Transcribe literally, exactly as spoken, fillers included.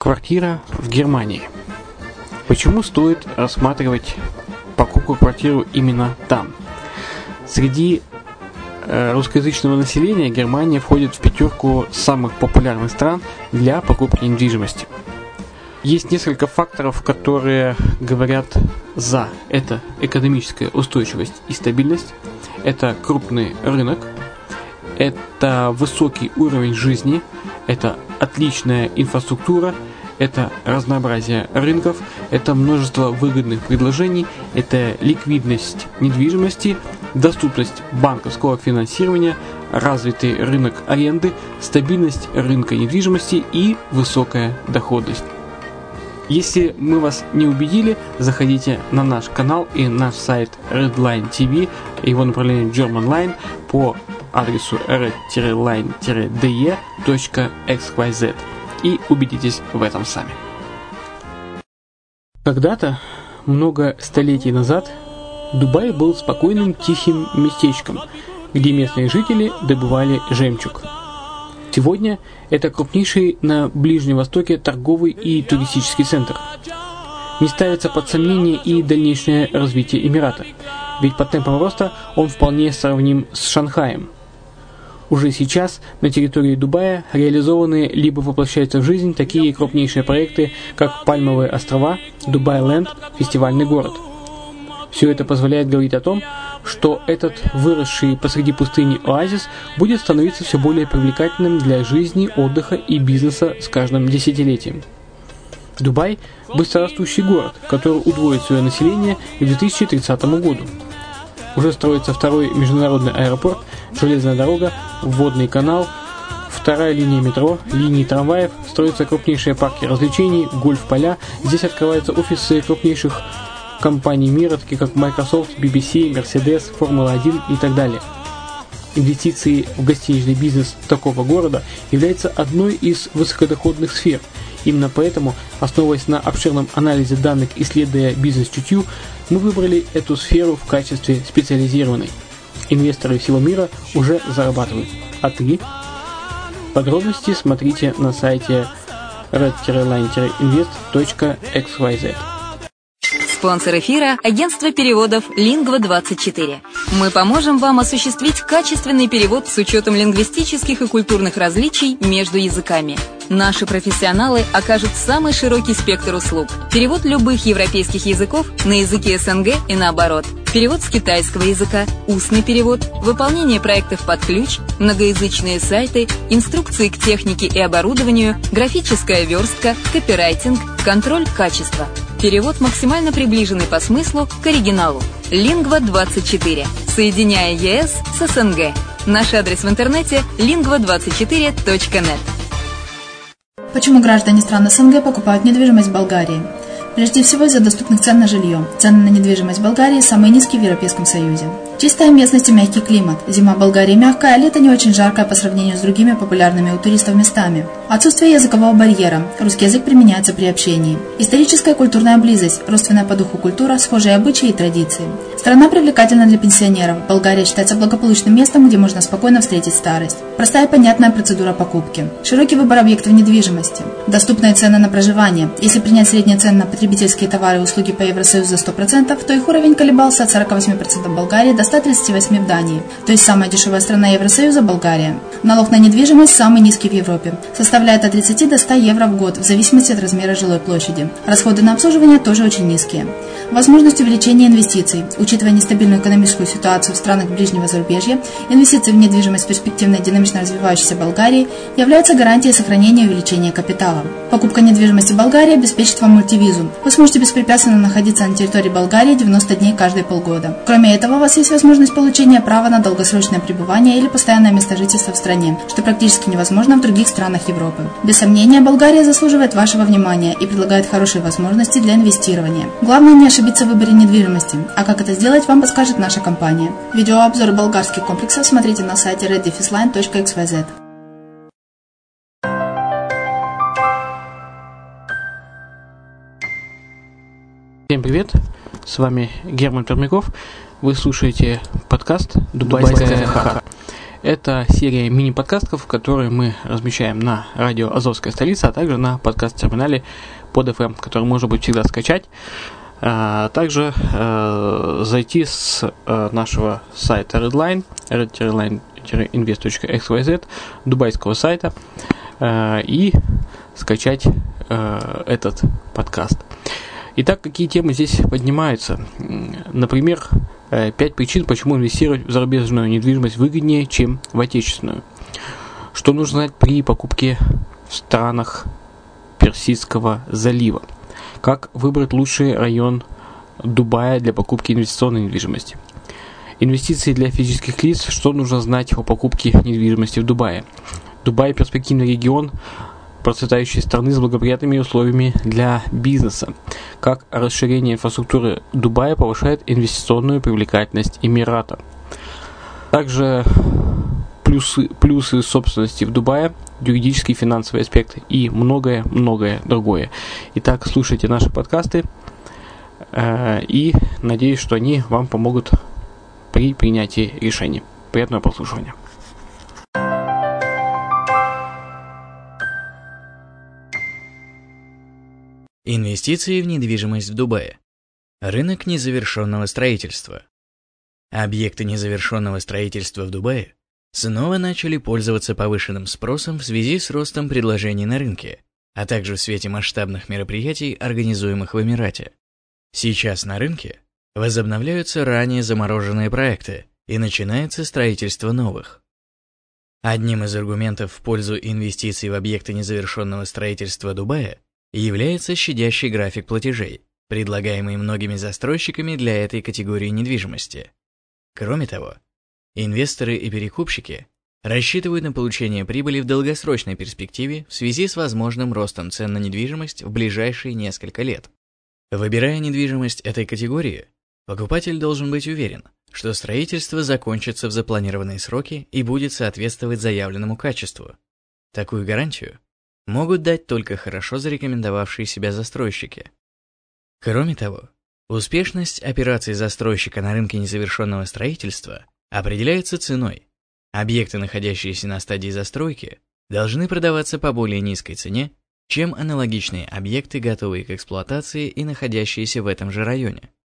Квартира в Германии. Почему стоит рассматривать покупку квартиры именно там? Среди э, русскоязычного населения Германия входит в пятерку самых популярных стран для покупки недвижимости. Есть несколько факторов, которые говорят за. Это экономическая устойчивость и стабильность, это крупный рынок, это высокий уровень жизни, это отличная инфраструктура, это разнообразие рынков, это множество выгодных предложений, это ликвидность недвижимости, доступность банковского финансирования, развитый рынок аренды, стабильность рынка недвижимости и высокая доходность. Если мы вас не убедили, заходите на наш канал и наш сайт Redline ти ви, его направление Germanline по адресу red line de точка экс уай зет и убедитесь в этом сами. Когда-то, много столетий назад, Дубай был спокойным тихим местечком, где местные жители добывали жемчуг. Сегодня это крупнейший на Ближнем Востоке торговый и туристический центр. Не ставится под сомнение и дальнейшее развитие Эмирата, ведь по темпам роста он вполне сравним с Шанхаем. Уже сейчас на территории Дубая реализованы либо воплощаются в жизнь такие крупнейшие проекты, как Пальмовые острова, Дубай-Ленд, фестивальный город. Все это позволяет говорить о том, что этот выросший посреди пустыни оазис будет становиться все более привлекательным для жизни, отдыха и бизнеса с каждым десятилетием. Дубай – быстрорастущий город, который удвоит свое население к две тысячи тридцатому году. Уже строится второй международный аэропорт, железная дорога, водный канал, вторая линия метро, линии трамваев, строятся крупнейшие парки развлечений, гольф-поля. Здесь открываются офисы крупнейших компаний мира, таких как Microsoft, би би си, Mercedes, Формула один и так далее. Инвестиции в гостиничный бизнес такого города являются одной из высокодоходных сфер. Именно поэтому, основываясь на обширном анализе данных, исследуя бизнес-чутью, мы выбрали эту сферу в качестве специализированной. Инвесторы всего мира уже зарабатывают. А ты? Подробности смотрите на сайте red line invest точка экс уай зет. Спонсор эфира – агентство переводов Lingva двадцать четыре. Мы поможем вам осуществить качественный перевод с учетом лингвистических и культурных различий между языками. Наши профессионалы окажут самый широкий спектр услуг. Перевод любых европейских языков на языки эс эн гэ и наоборот. Перевод с китайского языка, устный перевод, выполнение проектов под ключ, многоязычные сайты, инструкции к технике и оборудованию, графическая верстка, копирайтинг, контроль качества. Перевод максимально приближенный по смыслу к оригиналу. Lingva двадцать четыре. Соединяя е эс с эс эн гэ. Наш адрес в интернете lingva двадцать четыре точка нет. Почему граждане стран эс эн гэ покупают недвижимость в Болгарии? Прежде всего из-за доступных цен на жилье. Цены на недвижимость в Болгарии самые низкие в Европейском Союзе. Чистая местность и мягкий климат. Зима в Болгарии мягкая, а лето не очень жаркое по сравнению с другими популярными у туристов местами. Отсутствие языкового барьера. Русский язык применяется при общении. Историческая и культурная близость. Родственная по духу культура, схожие обычаи и традиции. Страна привлекательна для пенсионеров. Болгария считается благополучным местом, где можно спокойно встретить старость. Простая и понятная процедура покупки. Широкий выбор объектов недвижимости. Доступные цены на проживание. Если принять средние цены на потребительские товары и услуги по Евросоюзу за сто процентов, то их уровень колебался от сорок восемь процентов в Болгарии до ста тридцати восьми процентов в Дании. То есть самая дешевая страна Евросоюза – Болгария. Налог на недвижимость самый низкий в Европе. Составляет от тридцати до ста евро в год, в зависимости от размера жилой площади. Расходы на обслуживание тоже очень низкие. Возможность увеличения инвестиций. Учитывая нестабильную экономическую ситуацию в странах ближнего зарубежья, инвестиции в недвижимость в перспективной динамично развивающейся Болгарии являются гарантией сохранения и увеличения капитала. Покупка недвижимости в Болгарии обеспечит вам мультивизу. Вы сможете беспрепятственно находиться на территории Болгарии девяносто дней каждые полгода. Кроме этого, у вас есть возможность получения права на долгосрочное пребывание или постоянное место жительства в стране, что практически невозможно в других странах Европы. Без сомнения, Болгария заслуживает вашего внимания и предлагает хорошие возможности для инвестирования. Главное не ошибиться в выборе недвижимости, а как это сделать, вам подскажет наша компания. Видеообзор болгарских комплексов смотрите на сайте red line точка экс уай зет. Всем привет, с вами Герман Пермяков, вы слушаете подкаст «Дубайская ха-ха». Это серия мини-подкастов, которые мы размещаем на радио «Азовская столица», а также на подкаст-терминале под эф эм, который можно будет всегда скачать. А также э, зайти с э, нашего сайта Redline, redline invest точка экс уай зет, дубайского сайта, э, и скачать э, этот подкаст. Итак, какие темы здесь поднимаются? Например, пять причин, почему инвестировать в зарубежную недвижимость выгоднее, чем в отечественную. Что нужно знать при покупке в странах Персидского залива. Как выбрать лучший район Дубая для покупки инвестиционной недвижимости. Инвестиции для физических лиц. Что нужно знать о покупке недвижимости в Дубае. Дубай – перспективный регион процветающей страны с благоприятными условиями для бизнеса. Как расширение инфраструктуры Дубая повышает инвестиционную привлекательность Эмирата. Также плюсы, плюсы собственности в Дубае, юридический и финансовый аспект и многое-многое другое. Итак, слушайте наши подкасты э, и надеюсь, что они вам помогут при принятии решений. Приятного прослушивания. Инвестиции в недвижимость в Дубае. Рынок незавершенного строительства. Объекты незавершенного строительства в Дубае снова начали пользоваться повышенным спросом в связи с ростом предложений на рынке, а также в свете масштабных мероприятий, организуемых в Эмирате. Сейчас на рынке возобновляются ранее замороженные проекты и начинается строительство новых. Одним из аргументов в пользу инвестиций в объекты незавершенного строительства Дубая является щадящий график платежей, предлагаемый многими застройщиками для этой категории недвижимости. Кроме того, инвесторы и перекупщики рассчитывают на получение прибыли в долгосрочной перспективе в связи с возможным ростом цен на недвижимость в ближайшие несколько лет. Выбирая недвижимость этой категории, покупатель должен быть уверен, что строительство закончится в запланированные сроки и будет соответствовать заявленному качеству. Такую гарантию могут дать только хорошо зарекомендовавшие себя застройщики. Кроме того, успешность операций застройщика на рынке незавершенного строительства определяется ценой. Объекты, находящиеся на стадии застройки, должны продаваться по более низкой цене, чем аналогичные объекты, готовые к эксплуатации и находящиеся в этом же районе.